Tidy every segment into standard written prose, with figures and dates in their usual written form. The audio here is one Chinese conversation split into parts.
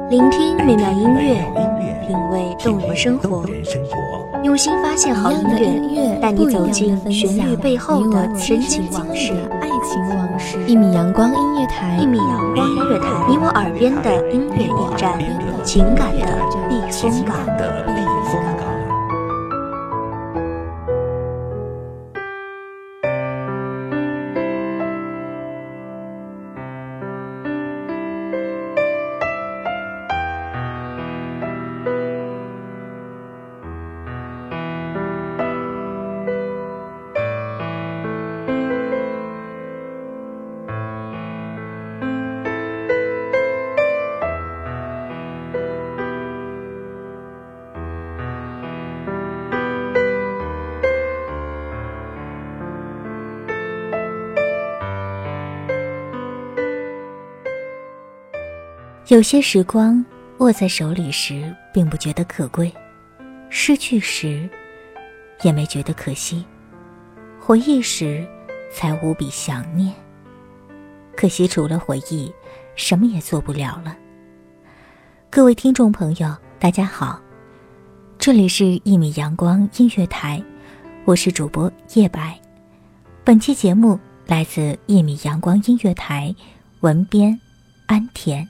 聆听美妙音乐，品味动人生活，用心发现好音乐，带你走进旋律背后的深情往事。 爱情往事。一米阳光音乐台， 你我耳边的音乐驿站，情感的避风港。 有些时光握在手里时并不觉得可贵，失去时也没觉得可惜，回忆时才无比想念。可惜除了回忆，什么也做不了了。各位听众朋友，大家好，这里是一米阳光音乐台，我是主播叶白。本期节目来自一米阳光音乐台，文编安田。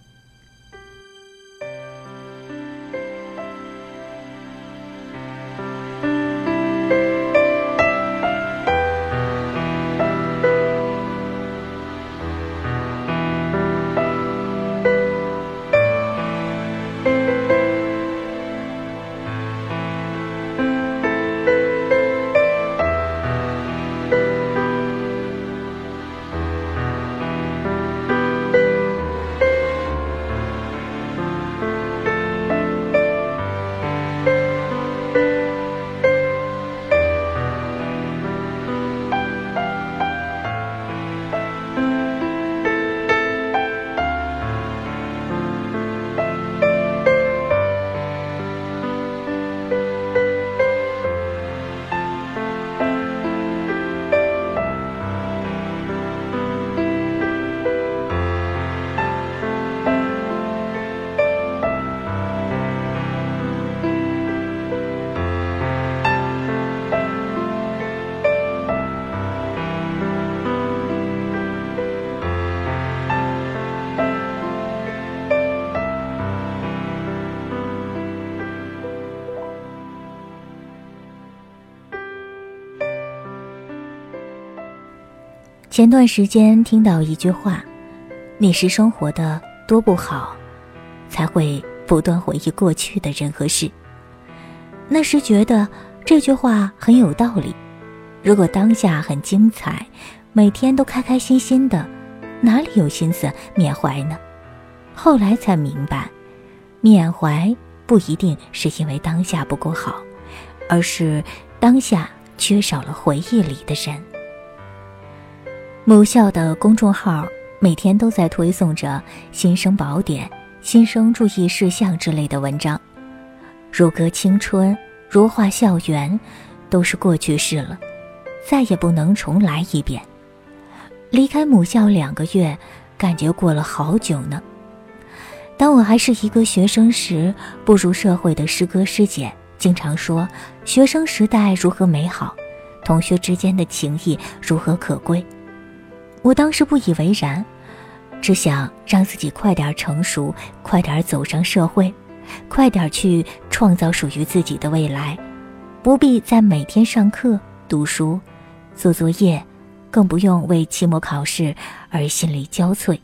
前段时间听到一句话，你是生活的多不好，才会不断回忆过去的人和事。那时觉得这句话很有道理，如果当下很精彩，每天都开开心心的，哪里有心思缅怀呢？后来才明白，缅怀不一定是因为当下不够好，而是当下缺少了回忆里的人。母校的公众号每天都在推送着新生宝典、新生注意事项之类的文章，如歌青春，如画校园，都是过去式了，再也不能重来一遍。离开母校2个月，感觉过了好久呢。当我还是一个学生时，步入社会的师哥师姐经常说学生时代如何美好，同学之间的情谊如何可贵。我当时不以为然，只想让自己快点成熟，快点走上社会，快点去创造属于自己的未来，不必再每天上课、读书、做作业，更不用为期末考试而心力交瘁。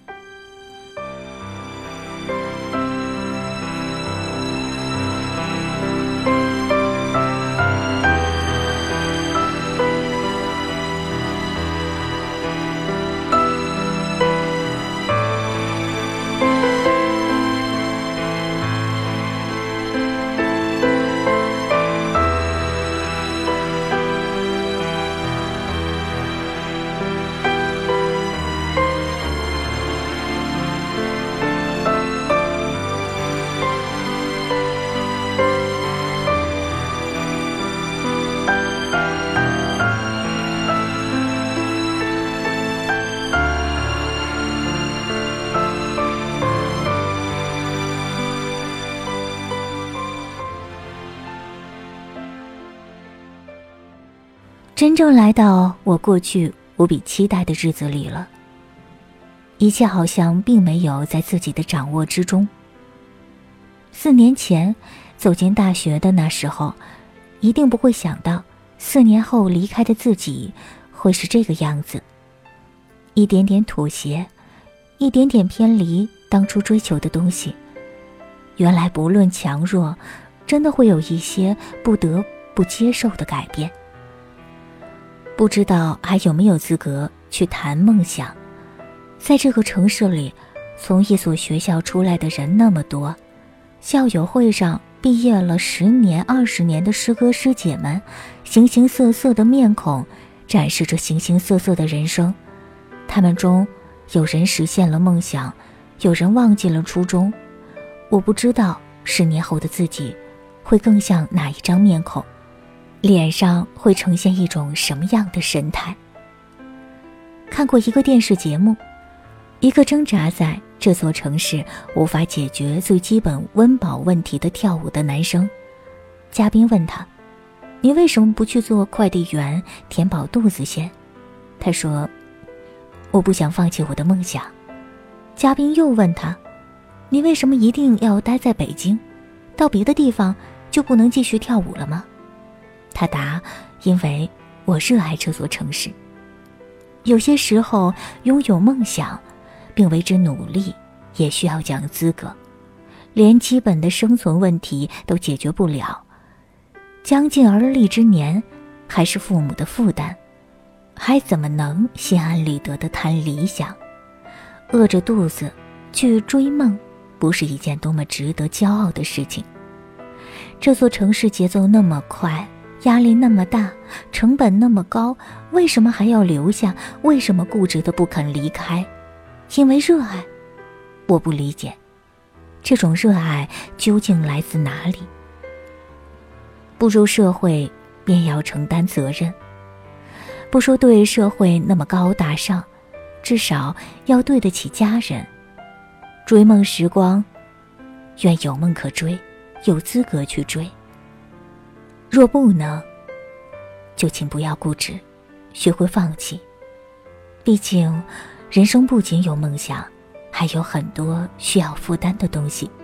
真正来到我过去无比期待的日子里了。一切好像并没有在自己的掌握之中。4年前走进大学的那时候，一定不会想到4年后离开的自己会是这个样子，一点点妥协，一点点偏离当初追求的东西。原来不论强弱，真的会有一些不得不接受的改变。不知道还有没有资格去谈梦想。在这个城市里，从一所学校出来的人那么多，校友会上毕业了10年、20年的师哥师姐们，形形色色的面孔，展示着形形色色的人生。他们中有人实现了梦想，有人忘记了初衷。我不知道10年后的自己会更像哪一张面孔，脸上会呈现一种什么样的神态。看过一个电视节目，一个挣扎在这座城市无法解决最基本温饱问题的跳舞的男生，嘉宾问他：你为什么不去做快递员填饱肚子先？他说：我不想放弃我的梦想。嘉宾又问他：你为什么一定要待在北京？到别的地方就不能继续跳舞了吗？他答：因为我热爱这座城市。有些时候拥有梦想并为之努力，也需要讲资格。连基本的生存问题都解决不了，将近而立之年，还是父母的负担，还怎么能心安理得地谈理想？饿着肚子去追梦，不是一件多么值得骄傲的事情。这座城市节奏那么快，压力那么大，成本那么高，为什么还要留下？为什么固执地不肯离开？因为热爱。我不理解，这种热爱究竟来自哪里？步入社会便要承担责任，不说对社会那么高大上，至少要对得起家人。追梦时光，愿有梦可追，有资格去追。若不能，就请不要固执，学会放弃。毕竟人生不仅有梦想，还有很多需要负担的东西。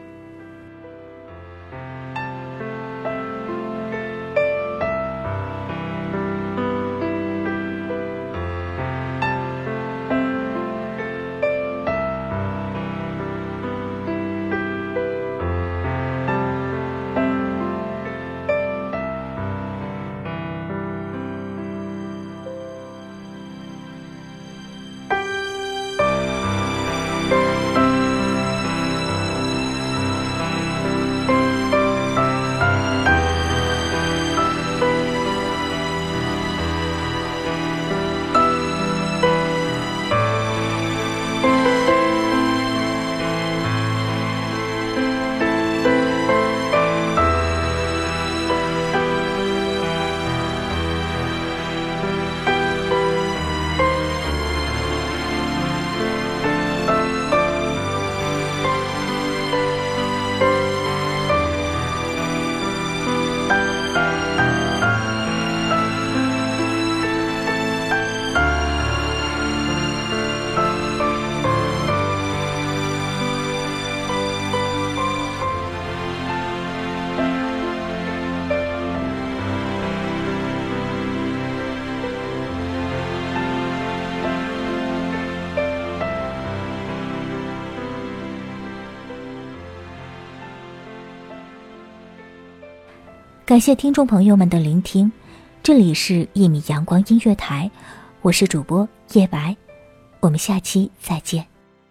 感谢听众朋友们的聆听，这里是1米阳光音乐台，我是主播叶白，我们下期再见。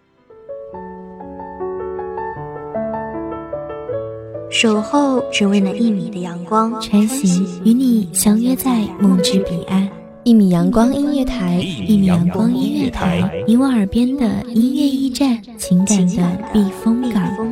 守候只为那1米的阳光， 穿行与你相约在梦之彼岸。1米阳光音乐台，1米阳光音乐台，你我耳边的音乐驿站，情感的避风港。